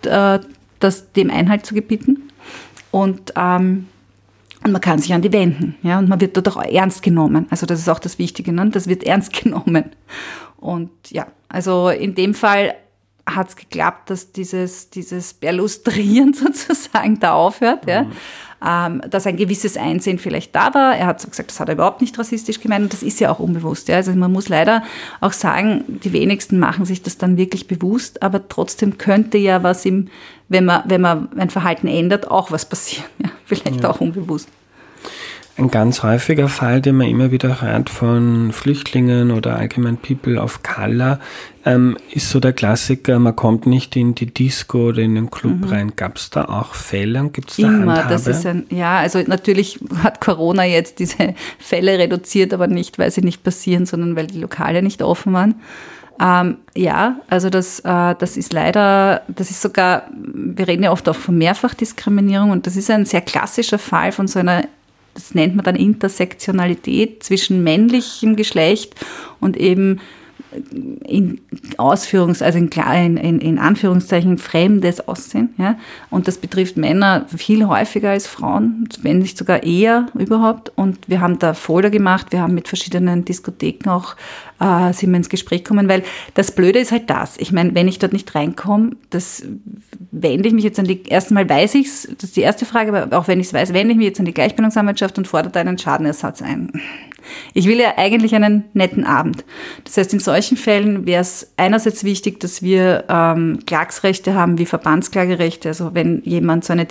dem Einhalt zu gebieten. Und man kann sich an die wenden, ja, und man wird dort auch ernst genommen. Also das ist auch das Wichtige, ne? Das wird ernst genommen. Und ja, also in dem Fall hat es geklappt, dass dieses Perlustrieren sozusagen da aufhört, ja. Dass ein gewisses Einsehen vielleicht da war. Er hat so gesagt, das hat er überhaupt nicht rassistisch gemeint und das ist ja auch unbewusst. Ja. Also man muss leider auch sagen, die wenigsten machen sich das dann wirklich bewusst, aber trotzdem könnte ja was wenn man ein Verhalten ändert, auch was passieren. Ja. Vielleicht auch unbewusst. Ein ganz häufiger Fall, den man immer wieder hört von Flüchtlingen oder allgemein People of Color, ist so der Klassiker, man kommt nicht in die Disco oder in den Club rein. Gab es da auch Fälle und gibt es da Handhabe? Das ist also natürlich hat Corona jetzt diese Fälle reduziert, aber nicht, weil sie nicht passieren, sondern weil die Lokale nicht offen waren. Also das ist leider, das ist sogar, wir reden ja oft auch von Mehrfachdiskriminierung und das ist ein sehr klassischer Fall von so einer, das nennt man dann Intersektionalität zwischen männlichem Geschlecht und eben in Anführungszeichen fremdes Aussehen. Ja? Und das betrifft Männer viel häufiger als Frauen, wenn nicht sogar eher überhaupt. Und wir haben da Folder gemacht, wir haben mit verschiedenen Diskotheken auch sind wir ins Gespräch gekommen, weil das Blöde ist halt das. Ich meine, wenn ich dort nicht reinkomme, das wende ich mich jetzt ersten Mal weiß ich es, das ist die erste Frage, aber auch wenn ich es weiß, wende ich mich jetzt an die Gleichbehandlungsanwaltschaft und fordere einen Schadenersatz ein. Ich will ja eigentlich einen netten Abend. Das heißt, in solchen Fällen wäre es einerseits wichtig, dass wir Klagsrechte haben wie Verbandsklagerechte. Also wenn jemand so eine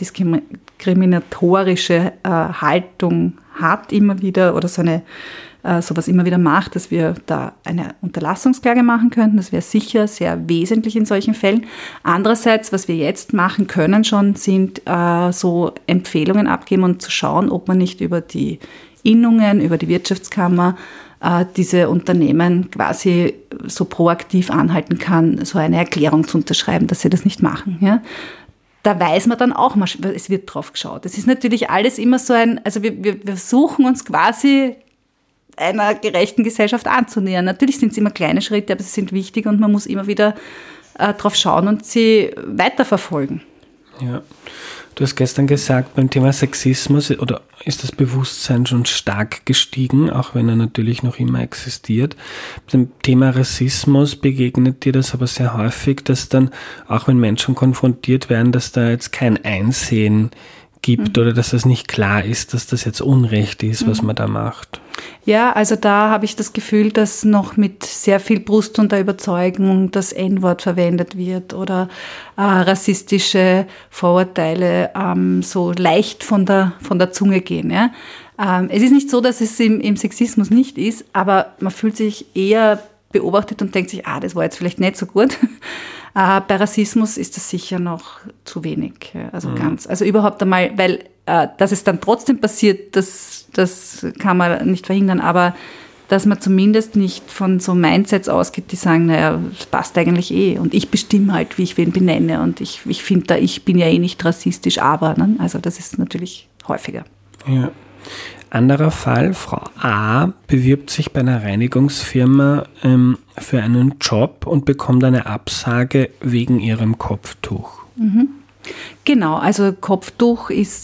diskriminatorische Haltung hat immer wieder oder sowas immer wieder macht, dass wir da eine Unterlassungsklage machen könnten. Das wäre sicher sehr wesentlich in solchen Fällen. Andererseits, was wir jetzt machen können schon, sind so Empfehlungen abgeben und zu schauen, ob man nicht über die Innungen, über die Wirtschaftskammer diese Unternehmen quasi so proaktiv anhalten kann, so eine Erklärung zu unterschreiben, dass sie das nicht machen. Ja? Da weiß man dann auch mal, es wird drauf geschaut. Das ist natürlich alles immer so also wir versuchen uns quasi einer gerechten Gesellschaft anzunähern. Natürlich sind es immer kleine Schritte, aber sie sind wichtig und man muss immer wieder drauf schauen und sie weiterverfolgen. Ja. Du hast gestern gesagt, beim Thema Sexismus oder ist das Bewusstsein schon stark gestiegen, auch wenn er natürlich noch immer existiert. Beim Thema Rassismus begegnet dir das aber sehr häufig, dass dann, auch wenn Menschen konfrontiert werden, dass da jetzt kein Einsehen gibt oder dass es nicht klar ist, dass das jetzt Unrecht ist, was man da macht. Ja, also da habe ich das Gefühl, dass noch mit sehr viel Brust und der Überzeugung das N-Wort verwendet wird oder rassistische Vorurteile so leicht von der Zunge gehen. Ja? Es ist nicht so, dass es im Sexismus nicht ist, aber man fühlt sich eher beobachtet und denkt sich, das war jetzt vielleicht nicht so gut. Bei Rassismus ist das sicher noch zu wenig. Also überhaupt einmal, weil dass es dann trotzdem passiert, das kann man nicht verhindern, aber dass man zumindest nicht von so Mindsets ausgeht, die sagen, naja, das passt eigentlich und ich bestimme halt, wie ich wen benenne und ich finde ich bin ja nicht rassistisch, aber, ne? Also das ist natürlich häufiger. Ja. Anderer Fall, Frau A. bewirbt sich bei einer Reinigungsfirma für einen Job und bekommt eine Absage wegen ihrem Kopftuch. Mhm. Genau, also Kopftuch ist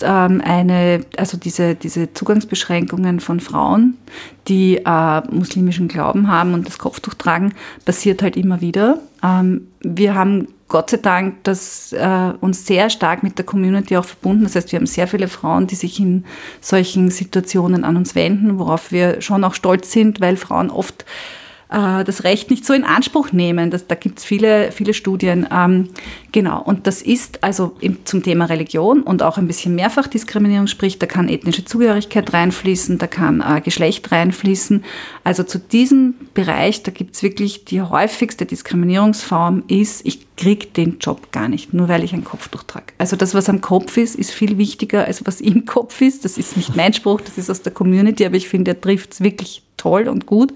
diese Zugangsbeschränkungen von Frauen, die muslimischen Glauben haben und das Kopftuch tragen, passiert halt immer wieder. Wir haben Gott sei Dank uns sehr stark mit der Community auch verbunden. Das heißt, wir haben sehr viele Frauen, die sich in solchen Situationen an uns wenden, worauf wir schon auch stolz sind, weil Frauen oft das Recht nicht so in Anspruch nehmen. Da gibt es viele Studien. Genau, und das ist also zum Thema Religion und auch ein bisschen Mehrfachdiskriminierung, sprich, da kann ethnische Zugehörigkeit reinfließen, da kann Geschlecht reinfließen. Also zu diesem Bereich, da gibt es wirklich die häufigste Diskriminierungsform ist, ich kriege den Job gar nicht, nur weil ich ein Kopftuch trage. Also das, was am Kopf ist viel wichtiger, als was im Kopf ist. Das ist nicht mein Spruch, das ist aus der Community, aber ich finde, er trifft es wirklich toll und gut.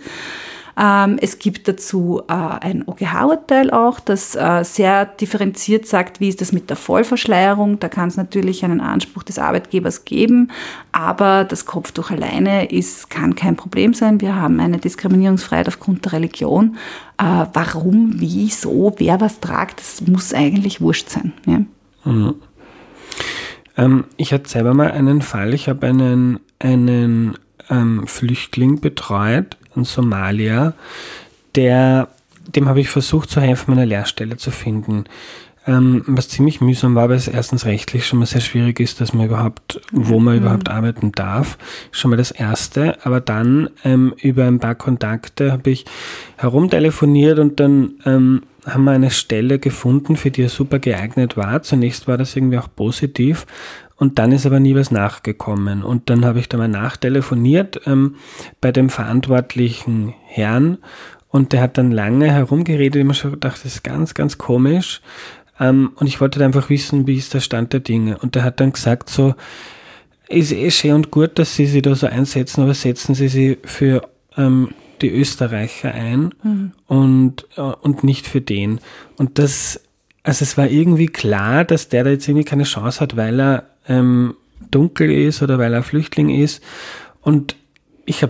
Es gibt dazu ein OGH-Urteil auch, das sehr differenziert sagt, wie ist das mit der Vollverschleierung. Da kann es natürlich einen Anspruch des Arbeitgebers geben, aber das Kopftuch alleine kann kein Problem sein. Wir haben eine Diskriminierungsfreiheit aufgrund der Religion. Warum, wieso, wer was tragt, das muss eigentlich wurscht sein. Ja? Mhm. Ich hatte selber mal einen Fall, ich habe einen Flüchtling betreut, ein Somalier, dem habe ich versucht zu helfen, eine Lehrstelle zu finden. Was ziemlich mühsam war, weil es erstens rechtlich schon mal sehr schwierig ist, dass man überhaupt arbeiten darf. Schon mal das Erste. Aber dann über ein paar Kontakte habe ich herumtelefoniert und dann haben wir eine Stelle gefunden, für die er super geeignet war. Zunächst war das irgendwie auch positiv. Und dann ist aber nie was nachgekommen. Und dann habe ich da mal nachtelefoniert bei dem verantwortlichen Herrn und der hat dann lange herumgeredet, immer schon gedacht, das ist ganz, ganz komisch. Und ich wollte einfach wissen, wie ist der Stand der Dinge. Und der hat dann gesagt so, ist schön und gut, dass Sie sich da so einsetzen, aber setzen Sie sich für die Österreicher ein und nicht für den. Und also es war irgendwie klar, dass der da jetzt irgendwie keine Chance hat, weil er dunkel ist oder weil er Flüchtling ist. Und ich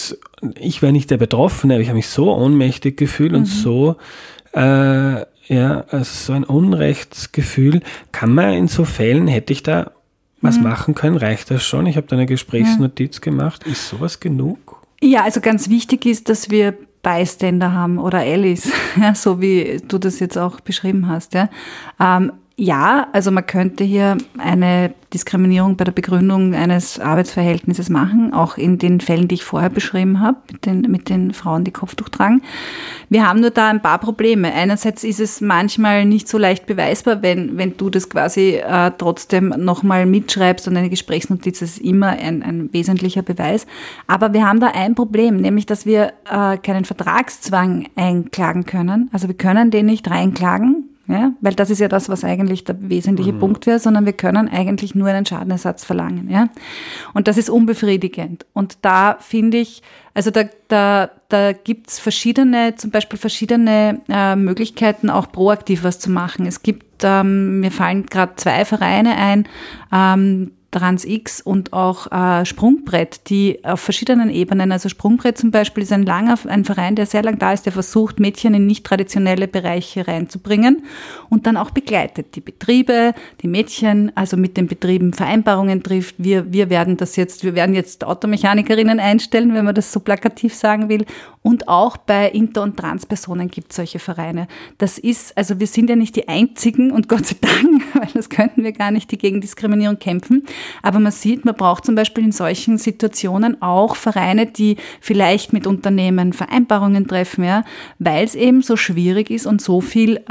war nicht der Betroffene, aber ich habe mich so ohnmächtig gefühlt und so, also so ein Unrechtsgefühl. Kann man in so Fällen, hätte ich da was machen können? Reicht das schon? Ich habe da eine Gesprächsnotiz gemacht. Ist sowas genug? Ja, also ganz wichtig ist, dass wir Bystander haben oder Allies, ja, so wie du das jetzt auch beschrieben hast. Ja. Ja, also man könnte hier eine Diskriminierung bei der Begründung eines Arbeitsverhältnisses machen, auch in den Fällen, die ich vorher beschrieben habe, mit den Frauen, die Kopftuch tragen. Wir haben nur da ein paar Probleme. Einerseits ist es manchmal nicht so leicht beweisbar, wenn du das quasi trotzdem nochmal mitschreibst und eine Gesprächsnotiz ist immer ein wesentlicher Beweis. Aber wir haben da ein Problem, nämlich, dass wir keinen Vertragszwang einklagen können. Also wir können den nicht reinklagen. Ja, weil das ist ja das, was eigentlich der wesentliche Punkt wäre, sondern wir können eigentlich nur einen Schadenersatz verlangen. Ja? Und das ist unbefriedigend. Und da finde ich, also da gibt es verschiedene Möglichkeiten, auch proaktiv was zu machen. Es gibt, mir fallen gerade 2 Vereine ein, TransX und auch Sprungbrett, die auf verschiedenen Ebenen, also Sprungbrett zum Beispiel ist ein Verein, der sehr lang da ist, der versucht, Mädchen in nicht traditionelle Bereiche reinzubringen und dann auch begleitet die Betriebe, die Mädchen, also mit den Betrieben Vereinbarungen trifft. Wir werden jetzt Automechanikerinnen einstellen, wenn man das so plakativ sagen will. Und auch bei Inter- und Transpersonen gibt es solche Vereine. Das ist, also wir sind ja nicht die Einzigen und Gott sei Dank, weil das könnten wir gar nicht, die gegen Diskriminierung kämpfen. Aber man sieht, man braucht zum Beispiel in solchen Situationen auch Vereine, die vielleicht mit Unternehmen Vereinbarungen treffen, ja, weil es eben so schwierig ist und so viel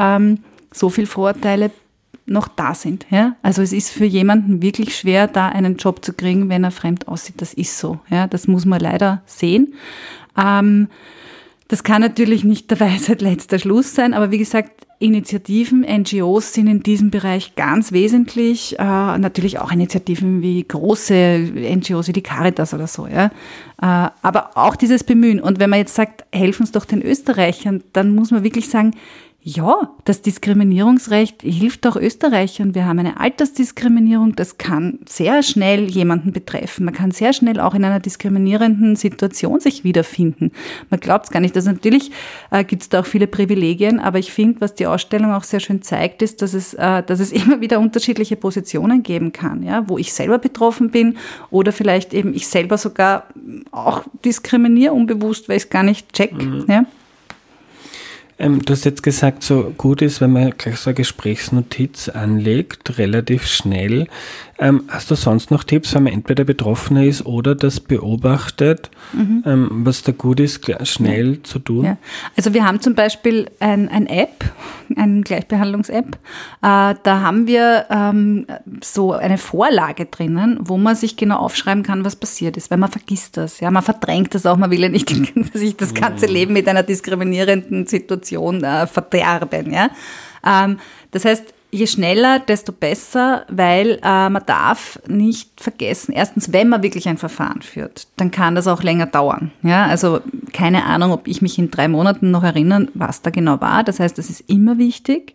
Vorurteile noch da sind. Ja? Also es ist für jemanden wirklich schwer, da einen Job zu kriegen, wenn er fremd aussieht. Das ist so. Ja? Das muss man leider sehen. Das kann natürlich nicht der Weisheit letzter Schluss sein, aber wie gesagt, Initiativen, NGOs sind in diesem Bereich ganz wesentlich. Natürlich auch Initiativen wie große NGOs wie die Caritas oder so. Ja. Aber auch dieses Bemühen. Und wenn man jetzt sagt, helfen uns doch den Österreichern, dann muss man wirklich sagen, ja, das Diskriminierungsrecht hilft auch Österreichern. Wir haben eine Altersdiskriminierung, das kann sehr schnell jemanden betreffen. Man kann sehr schnell auch in einer diskriminierenden Situation sich wiederfinden. Man glaubt es gar nicht. Also natürlich gibt es da auch viele Privilegien, aber ich finde, was die Ausstellung auch sehr schön zeigt, ist, dass es immer wieder unterschiedliche Positionen geben kann, ja, wo ich selber betroffen bin oder vielleicht eben ich selber sogar auch diskriminiere unbewusst, weil ich es gar nicht check. Ja. Du hast jetzt gesagt, so gut ist, wenn man gleich so eine Gesprächsnotiz anlegt, relativ schnell. Hast du sonst noch Tipps, wenn man entweder Betroffener ist oder das beobachtet, was da gut ist, schnell zu tun? Ja. Also wir haben zum Beispiel eine Gleichbehandlungs-App. Da haben wir so eine Vorlage drinnen, wo man sich genau aufschreiben kann, was passiert ist, weil man vergisst das. Ja, man verdrängt das auch, man will ja nicht sich das ganze Leben mit einer diskriminierenden Situation verderben. Ja? Das heißt, je schneller, desto besser, weil man darf nicht vergessen, erstens, wenn man wirklich ein Verfahren führt, dann kann das auch länger dauern. Ja, also keine Ahnung, ob ich mich in 3 Monaten noch erinnere, was da genau war. Das heißt, das ist immer wichtig.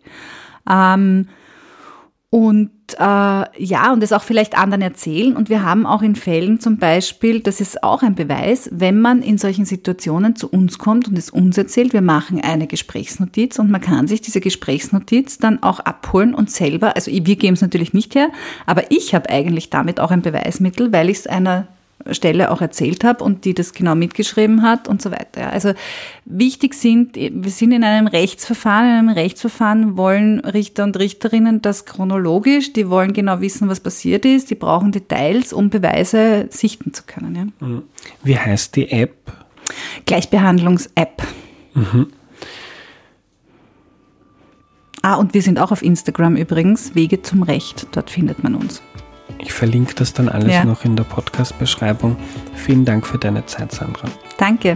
Und das auch vielleicht anderen erzählen. Und wir haben auch in Fällen zum Beispiel, das ist auch ein Beweis, wenn man in solchen Situationen zu uns kommt und es uns erzählt, wir machen eine Gesprächsnotiz und man kann sich diese Gesprächsnotiz dann auch abholen und selber, also wir geben es natürlich nicht her, aber ich habe eigentlich damit auch ein Beweismittel, weil ich es einer Stelle auch erzählt habe und die das genau mitgeschrieben hat und so weiter. Also wichtig wir sind in einem Rechtsverfahren. In einem Rechtsverfahren wollen Richter und Richterinnen das chronologisch, die wollen genau wissen, was passiert ist, die brauchen Details, um Beweise sichten zu können. Ja. Wie heißt die App? Gleichbehandlungs-App. Und wir sind auch auf Instagram übrigens, Wege zum Recht, dort findet man uns. Ich verlinke das dann alles noch in der Podcast-Beschreibung. Vielen Dank für deine Zeit, Sandra. Danke.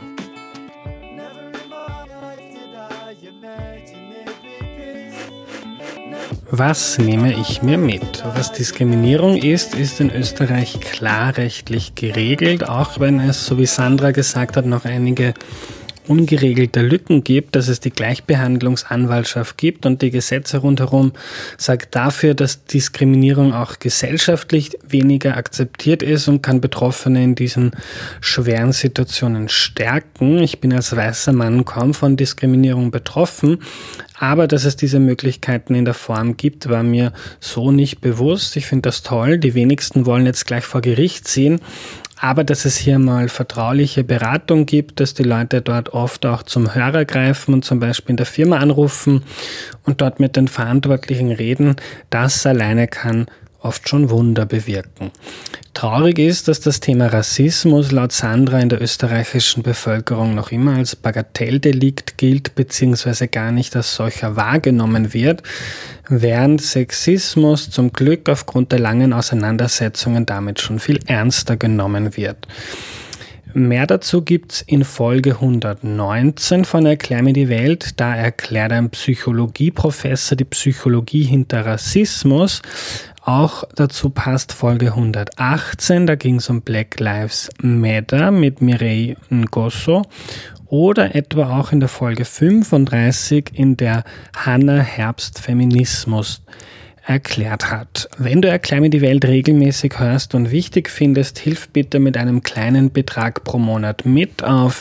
Was nehme ich mir mit? Was Diskriminierung ist in Österreich klar rechtlich geregelt, auch wenn es, so wie Sandra gesagt hat, noch einige ungeregelte Lücken gibt, dass es die Gleichbehandlungsanwaltschaft gibt und die Gesetze rundherum sagt dafür, dass Diskriminierung auch gesellschaftlich weniger akzeptiert ist und kann Betroffene in diesen schweren Situationen stärken. Ich bin als weißer Mann kaum von Diskriminierung betroffen, aber dass es diese Möglichkeiten in der Form gibt, war mir so nicht bewusst. Ich finde das toll. Die wenigsten wollen jetzt gleich vor Gericht ziehen. Aber dass es hier mal vertrauliche Beratung gibt, dass die Leute dort oft auch zum Hörer greifen und zum Beispiel in der Firma anrufen und dort mit den Verantwortlichen reden, das alleine kann oft schon Wunder bewirken. Traurig ist, dass das Thema Rassismus laut Sandra in der österreichischen Bevölkerung noch immer als Bagatelldelikt gilt bzw. gar nicht als solcher wahrgenommen wird, während Sexismus zum Glück aufgrund der langen Auseinandersetzungen damit schon viel ernster genommen wird. Mehr dazu gibt's in Folge 119 von Erklär mir die Welt. Da erklärt ein Psychologieprofessor die Psychologie hinter Rassismus. Auch dazu passt Folge 118, da ging es um Black Lives Matter mit Mireille Ngosso. Oder etwa auch in der Folge 35, in der Hannah Herbst Feminismus erklärt hat. Wenn du Erklär mir die Welt regelmäßig hörst und wichtig findest, hilf bitte mit einem kleinen Betrag pro Monat mit auf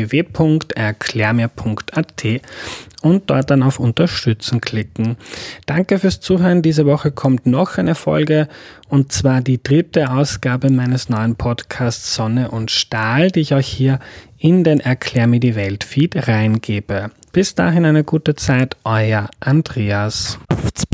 www.erklärmir.at und dort dann auf Unterstützen klicken. Danke fürs Zuhören. Diese Woche kommt noch eine Folge und zwar die 3. Ausgabe meines neuen Podcasts Sonne und Stahl, die ich euch hier in den Erklär mir die Welt Feed reingebe. Bis dahin eine gute Zeit, euer Andreas.